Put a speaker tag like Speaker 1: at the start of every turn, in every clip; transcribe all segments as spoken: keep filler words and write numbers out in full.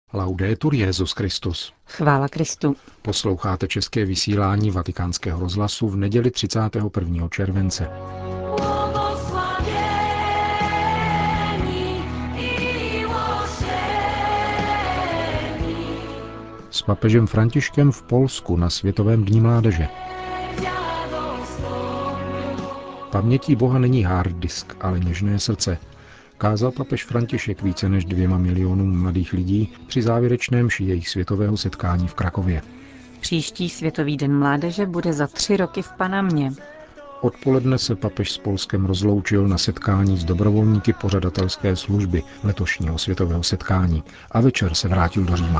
Speaker 1: Laudetur Jesus Christus.
Speaker 2: Chvála Kristu.
Speaker 1: Posloucháte české vysílání Vatikánského rozhlasu v neděli třicátého prvního července. S papežem Františkem v Polsku na Světovém dni mládeže. Pamětí Boha není hard disk, ale něžné srdce. Kázal papež František více než dvěma milionům mladých lidí při závěrečném mši jejich světového setkání v Krakově.
Speaker 2: Příští Světový den mládeže bude za tři roky v Panamě.
Speaker 1: Odpoledne se papež s Polskem rozloučil na setkání s dobrovolníky pořadatelské služby letošního světového setkání a večer se vrátil do Říma.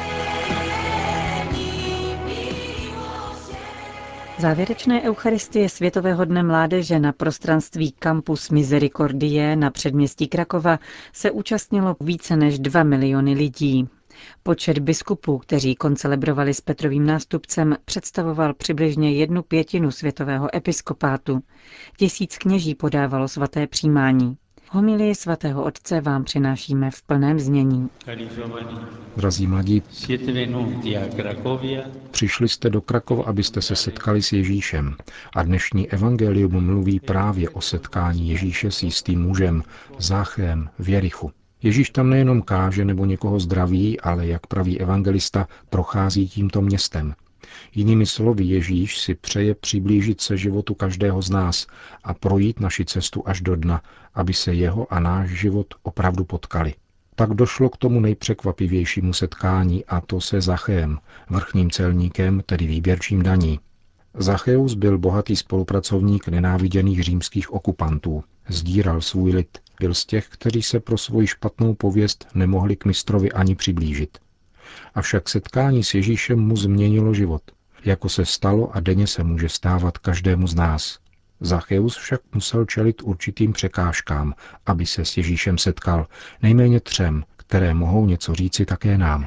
Speaker 2: Závěrečné eucharistie Světového dne mládeže na prostranství Campus Misericordie na předměstí Krakova se účastnilo více než dva miliony lidí. Počet biskupů, kteří koncelebrovali s Petrovým nástupcem, představoval přibližně jednu pětinu světového episkopátu. Tisíc kněží podávalo svaté přijímání. Homilii svatého otce vám přinášíme v plném znění.
Speaker 1: Drazí mladí, přišli jste do Krakova, abyste se setkali s Ježíšem. A dnešní evangelium mluví právě o setkání Ježíše s jistým mužem, Zachéem v Jerichu. Ježíš tam nejenom káže nebo někoho zdraví, ale, jak praví evangelista, prochází tímto městem. Jinými slovy, Ježíš si přeje přiblížit se životu každého z nás a projít naši cestu až do dna, aby se jeho a náš život opravdu potkali. Tak došlo k tomu nejpřekvapivějšímu setkání, a to se Zachéem, vrchním celníkem, tedy výběrčím daní. Zachéus byl bohatý spolupracovník nenáviděných římských okupantů. Sdíral svůj lid. Byl z těch, kteří se pro svoji špatnou pověst nemohli k mistrovi ani přiblížit. Avšak setkání s Ježíšem mu změnilo život. Jako se stalo a denně se může stávat každému z nás. Zachéus však musel čelit určitým překážkám, aby se s Ježíšem setkal, nejméně třem, které mohou něco říci také nám.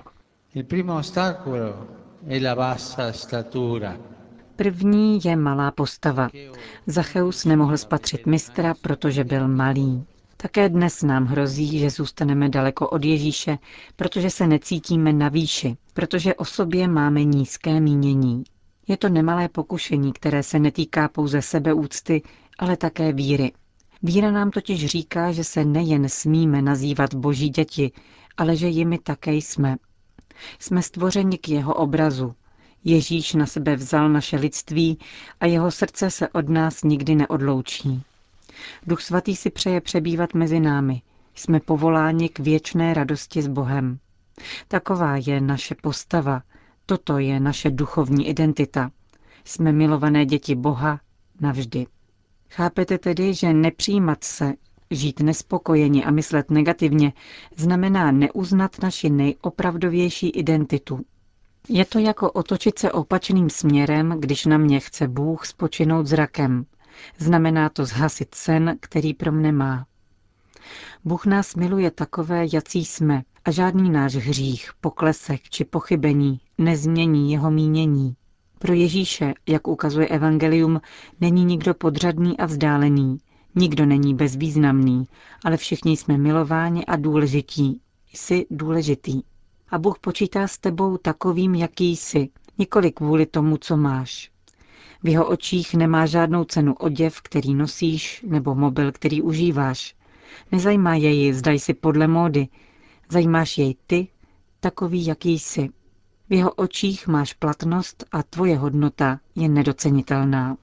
Speaker 2: První je malá postava. Zachéus nemohl spatřit mistra, protože byl malý. Také dnes nám hrozí, že zůstaneme daleko od Ježíše, protože se necítíme na výši, protože o sobě máme nízké mínění. Je to nemalé pokušení, které se netýká pouze sebeúcty, ale také víry. Víra nám totiž říká, že se nejen smíme nazývat Boží děti, ale že jimi také jsme. Jsme stvořeni k jeho obrazu. Ježíš na sebe vzal naše lidství a jeho srdce se od nás nikdy neodloučí. Duch svatý si přeje přebývat mezi námi. Jsme povoláni k věčné radosti s Bohem. Taková je naše postava. Toto je naše duchovní identita. Jsme milované děti Boha navždy. Chápete tedy, že nepřijímat se, žít nespokojeně a myslet negativně, znamená neuznat naši nejopravdovější identitu. Je to jako otočit se opačným směrem, když na mě chce Bůh spočinout zrakem. Znamená to zhasit sen, který pro mne má. Bůh nás miluje takové, jací jsme, a žádný náš hřích, poklesek či pochybení nezmění jeho mínění. Pro Ježíše, jak ukazuje evangelium, není nikdo podřadný a vzdálený, nikdo není bezvýznamný, ale všichni jsme milováni a důležití. Jsi důležitý. A Bůh počítá s tebou takovým, jaký jsi, nikoli kvůli tomu, co máš. V jeho očích nemá žádnou cenu oděv, který nosíš, nebo mobil, který užíváš. Nezajímá jej, zda jsi podle módy. Zajímáš jej ty, takový, jaký jsi. V jeho očích máš platnost a tvoje hodnota je nedocenitelná.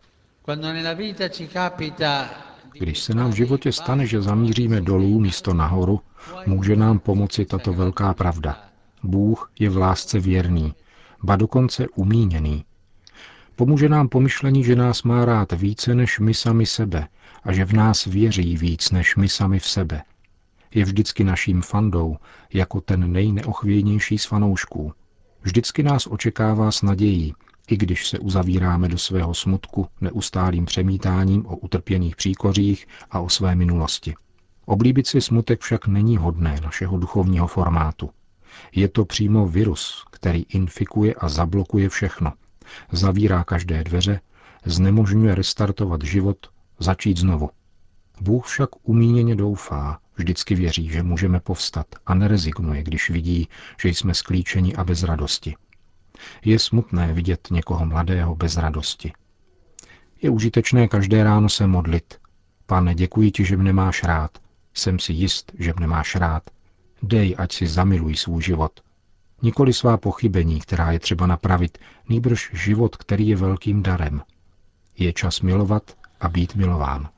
Speaker 1: Když se nám v životě stane, že zamíříme dolů místo nahoru, může nám pomoci tato velká pravda. Bůh je v lásce věrný, ba dokonce umíněný. Pomůže nám pomyšlení, že nás má rád více než my sami sebe a že v nás věří víc než my sami v sebe. Je vždycky naším fandou, jako ten nejneochvějnější z fanoušků. Vždycky nás očekává s nadějí, i když se uzavíráme do svého smutku neustálým přemítáním o utrpěných příkořích a o své minulosti. Oblíbit si smutek však není hodné našeho duchovního formátu. Je to přímo virus, který infikuje a zablokuje všechno. Zavírá každé dveře, znemožňuje restartovat život, začít znovu. Bůh však umíněně doufá, Vždycky věří, že můžeme povstat a nerezignuje, když vidí, že jsme sklíčeni a bez radosti. Je smutné vidět někoho mladého bez radosti. Je užitečné každé ráno se modlit. Pane, děkuji ti, že mne máš rád. Jsem si jist, že mne máš rád. Dej, ať si zamiluj svůj život. Nikoli svá pochybení, která je třeba napravit, nýbrž život, který je velkým darem. Je čas milovat a být milován.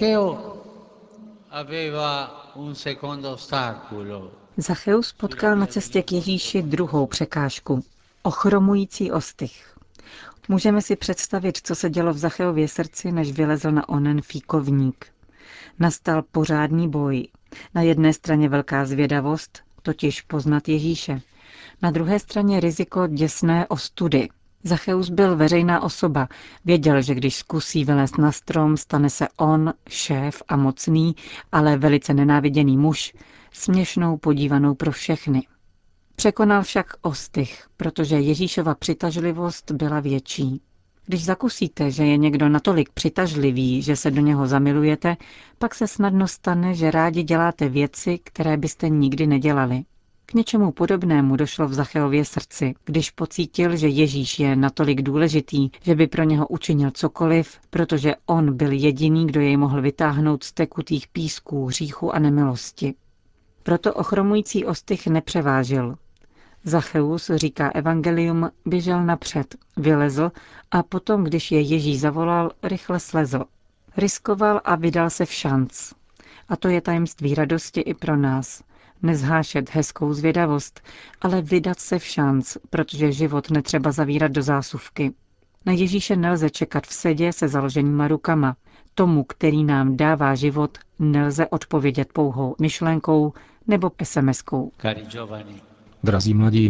Speaker 2: Zacheus potkal na cestě k Ježíši druhou překážku. Ochromující ostych. Můžeme si představit, co se dělo v Zacheově srdci, než vylezl na onen fíkovník. Nastal pořádný boj. Na jedné straně velká zvědavost, totiž poznat Ježíše. Na druhé straně riziko děsné ostudy. Zacheus byl veřejná osoba. Věděl, že když zkusí vylézt na strom, stane se on, šéf a mocný, ale velice nenáviděný muž, směšnou podívanou pro všechny. Překonal však ostych, protože Ježíšova přitažlivost byla větší. Když zakusíte, že je někdo natolik přitažlivý, že se do něho zamilujete, pak se snadno stane, že rádi děláte věci, které byste nikdy nedělali. K něčemu podobnému došlo v Zacheově srdci, když pocítil, že Ježíš je natolik důležitý, že by pro něho učinil cokoliv, protože on byl jediný, kdo jej mohl vytáhnout z tekutých písků, hříchu a nemilosti. Proto ochromující ostych nepřevážil. Zacheus, říká evangelium, běžel napřed, vylezl a potom, když je Ježíš zavolal, rychle slezl. Riskoval a vydal se v šanc. A to je tajemství radosti i pro nás. Nezhášet hezkou zvědavost, ale vydat se v šanc, protože život netřeba zavírat do zásuvky. Na Ježíše nelze čekat v sedě se založenýma rukama. Tomu, který nám dává život, nelze odpovědět pouhou myšlenkou nebo esemeskou.
Speaker 1: Drazí mladí,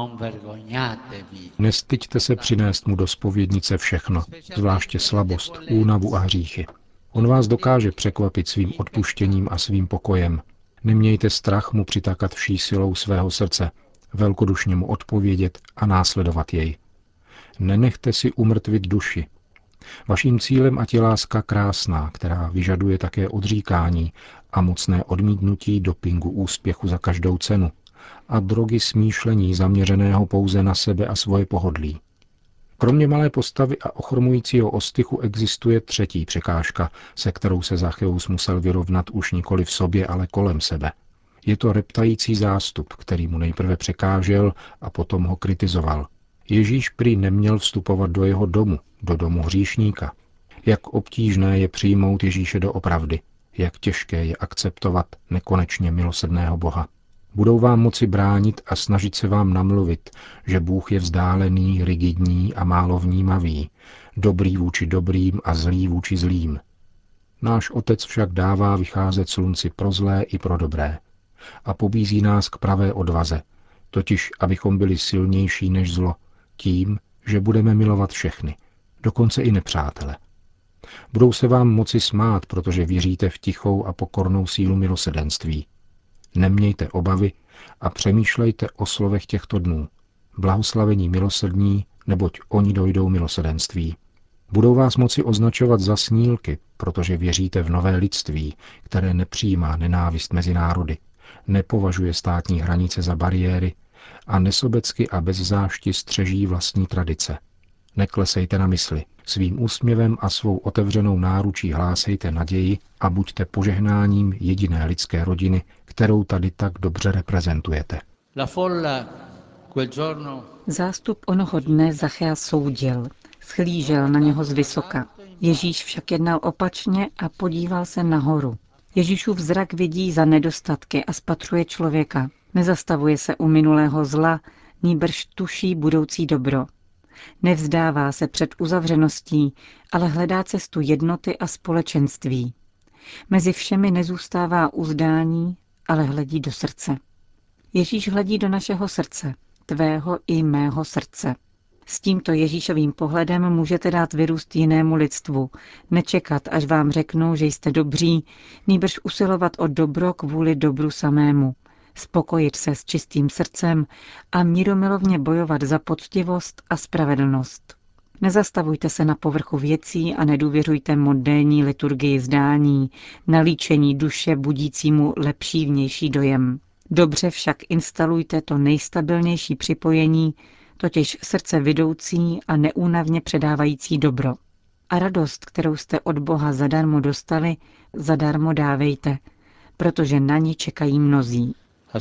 Speaker 1: nestyďte se přinést mu do zpovědnice všechno, zvláště slabost, únavu a hříchy. On vás dokáže překvapit svým odpuštěním a svým pokojem. Nemějte strach mu přitakat vší silou svého srdce, velkodušně mu odpovědět a následovat jej. Nenechte si umrtvit duši. Vaším cílem ať je láska krásná, která vyžaduje také odříkání a mocné odmítnutí dopingu úspěchu za každou cenu a drogy smýšlení zaměřeného pouze na sebe a svoje pohodlí. Kromě malé postavy a ochromujícího ostychu existuje třetí překážka, se kterou se Zacheus musel vyrovnat už nikoli v sobě, ale kolem sebe. Je to reptající zástup, který mu nejprve překážel a potom ho kritizoval. Ježíš prý neměl vstupovat do jeho domu, do domu hříšníka. Jak obtížné je přijmout Ježíše doopravdy, jak těžké je akceptovat nekonečně milosrdného Boha. Budou vám moci bránit a snažit se vám namluvit, že Bůh je vzdálený, rigidní a málo vnímavý, dobrý vůči dobrým a zlý vůči zlým. Náš Otec však dává vycházet slunci pro zlé i pro dobré a pobízí nás k pravé odvaze, totiž abychom byli silnější než zlo, tím, že budeme milovat všechny, dokonce i nepřátele. Budou se vám moci smát, protože věříte v tichou a pokornou sílu milosrdenství. Nemějte obavy a přemýšlejte o slovech těchto dnů. Blahoslavení milosrdní, neboť oni dojdou milosrdenství. Budou vás moci označovat za snílky, protože věříte v nové lidství, které nepřijímá nenávist mezi národy, nepovažuje státní hranice za bariéry a nesobecky a bez zášti střeží vlastní tradice. Neklesejte na mysli. Svým úsměvem a svou otevřenou náručí hlásejte naději a buďte požehnáním jediné lidské rodiny, kterou tady tak dobře reprezentujete.
Speaker 2: Zástup onoho dne Zachea soudil, schlížel na něho zvysoka. Ježíš však jednal opačně a podíval se nahoru. Ježíšův zrak vidí za nedostatky a spatřuje člověka. Nezastavuje se u minulého zla, nýbrž tuší budoucí dobro. Nevzdává se před uzavřeností, ale hledá cestu jednoty a společenství. Mezi všemi nezůstává uzdání, ale hledí do srdce. Ježíš hledí do našeho srdce, tvého i mého srdce. S tímto Ježíšovým pohledem můžete dát vyrůst jinému lidstvu, nečekat, až vám řeknou, že jste dobří, nýbrž usilovat o dobro kvůli dobru samému, spokojit se s čistým srdcem a mírumilovně bojovat za poctivost a spravedlnost. Nezastavujte se na povrchu věcí a nedůvěřujte moderní liturgii zdání, na líčení duše budícímu lepší vnější dojem. Dobře však instalujte to nejstabilnější připojení, totiž srdce vidoucí a neúnavně předávající dobro. A radost, kterou jste od Boha zadarmo dostali, zadarmo dávejte, protože na ní čekají mnozí.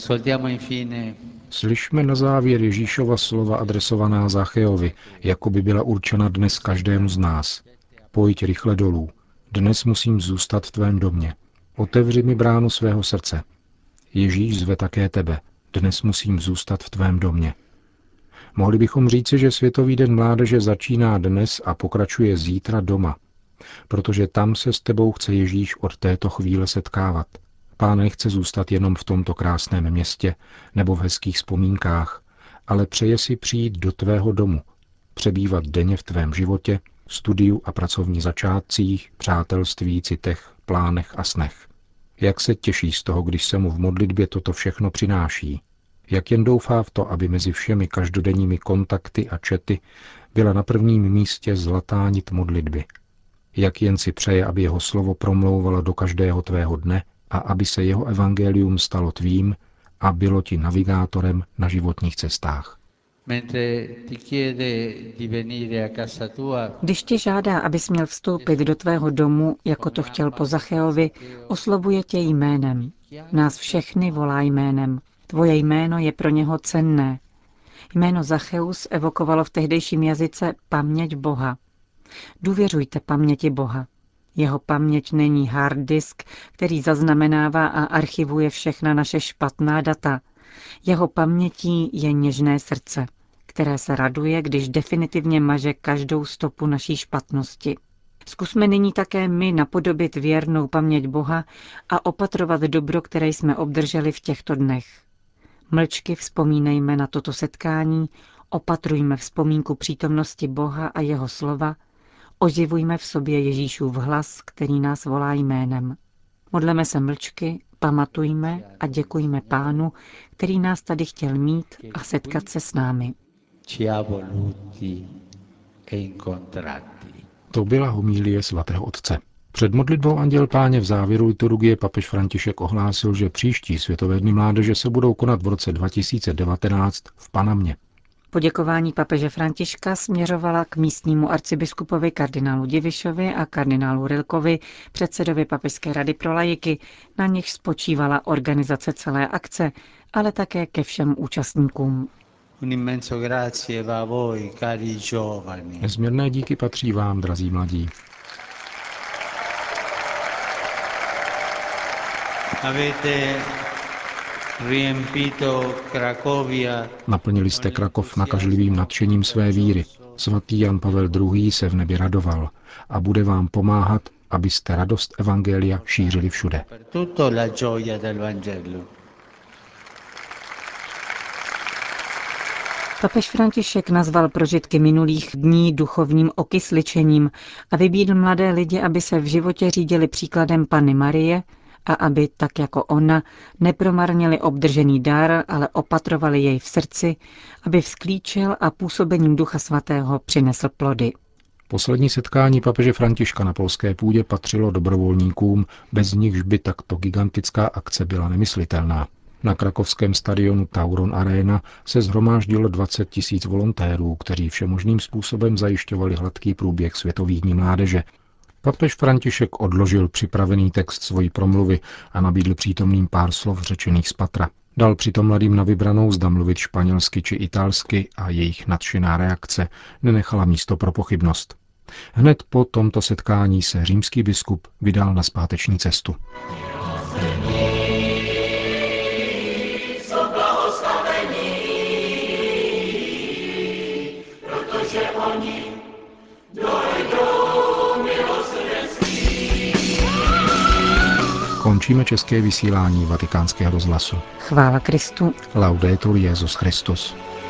Speaker 1: Slyšme na závěr Ježíšova slova adresovaná Zacheovi, jako by byla určena dnes každému z nás. Pojď rychle dolů. Dnes musím zůstat v tvém domě. Otevři mi bránu svého srdce. Ježíš zve také tebe. Dnes musím zůstat v tvém domě. Mohli bychom říci, že Světový den mládeže začíná dnes a pokračuje zítra doma, protože tam se s tebou chce Ježíš od této chvíle setkávat. Pán nechce zůstat jenom v tomto krásném městě nebo v hezkých vzpomínkách, ale přeje si přijít do tvého domu, přebývat denně v tvém životě, studiu a pracovních začátcích, přátelství, citech, plánech a snech. Jak se těší z toho, když se mu v modlitbě toto všechno přináší. Jak jen doufá v to, aby mezi všemi každodenními kontakty a čety byla na prvním místě zlatá nit modlitby. Jak jen si přeje, aby jeho slovo promlouvalo do každého tvého dne a aby se jeho evangelium stalo tvým a bylo ti navigátorem na životních cestách.
Speaker 2: Když tě žádá, abys měl vstoupit do tvého domu, jako to chtěl po Zacheovi, oslovuje tě jménem. Nás všechny volá jménem. Tvoje jméno je pro něho cenné. Jméno Zacheus evokovalo v tehdejším jazyce paměť Boha. Důvěřujte paměti Boha. Jeho paměť není hard disk, který zaznamenává a archivuje všechna naše špatná data. Jeho pamětí je něžné srdce, které se raduje, když definitivně maže každou stopu naší špatnosti. Zkusme nyní také my napodobit věrnou paměť Boha a opatrovat dobro, které jsme obdrželi v těchto dnech. Mlčky vzpomínejme na toto setkání, opatrujme vzpomínku přítomnosti Boha a jeho slova, oživujme v sobě Ježíšův hlas, který nás volá jménem. Modleme se mlčky, pamatujme a děkujme Pánu, který nás tady chtěl mít a setkat se s námi.
Speaker 1: To byla homilie svatého otce. Před modlitbou Anděl Páně v závěru liturgie papež František ohlásil, že příští Světové dny mládeže se budou konat v roce dva tisíce devatenáct v Panamě.
Speaker 2: Poděkování papeže Františka směřovala k místnímu arcibiskupovi kardinálu Divišovi a kardinálu Rilkovi, předsedovi Papežské rady pro laiky, na nichž spočívala organizace celé akce, ale také ke všem účastníkům.
Speaker 1: Nezměrné díky patří vám, drazí mladí. Naplnili jste Krakov nakažlivým nadšením své víry. Svatý Jan Pavel druhý. se v nebi radoval a bude vám pomáhat, abyste radost evangelia šířili všude.
Speaker 2: Papež František nazval prožitky minulých dní duchovním okysličením a vybídl mladé lidi, aby se v životě řídili příkladem Panny Marie a aby, tak jako ona, nepromarnili obdržený dar, ale opatrovali jej v srdci, aby vzklíčil a působením Ducha Svatého přinesl plody.
Speaker 1: Poslední setkání papeže Františka na polské půdě patřilo dobrovolníkům, bez nichž by takto gigantická akce byla nemyslitelná. Na krakovském stadionu Tauron Arena se shromáždilo dvacet tisíc volontérů, kteří všemožným způsobem zajišťovali hladký průběh Světových dní mládeže. Papež František odložil připravený text svojí promluvy a nabídl přítomným pár slov řečených z patra. Dal přitom mladým na vybranou, zda mluvit španělsky či italsky, a jejich nadšená reakce nenechala místo pro pochybnost. Hned po tomto setkání se římský biskup vydal na zpáteční cestu. Končíme české vysílání Vatikánského rozhlasu.
Speaker 2: Chvála Kristu.
Speaker 1: Laudetur Jesus Christus.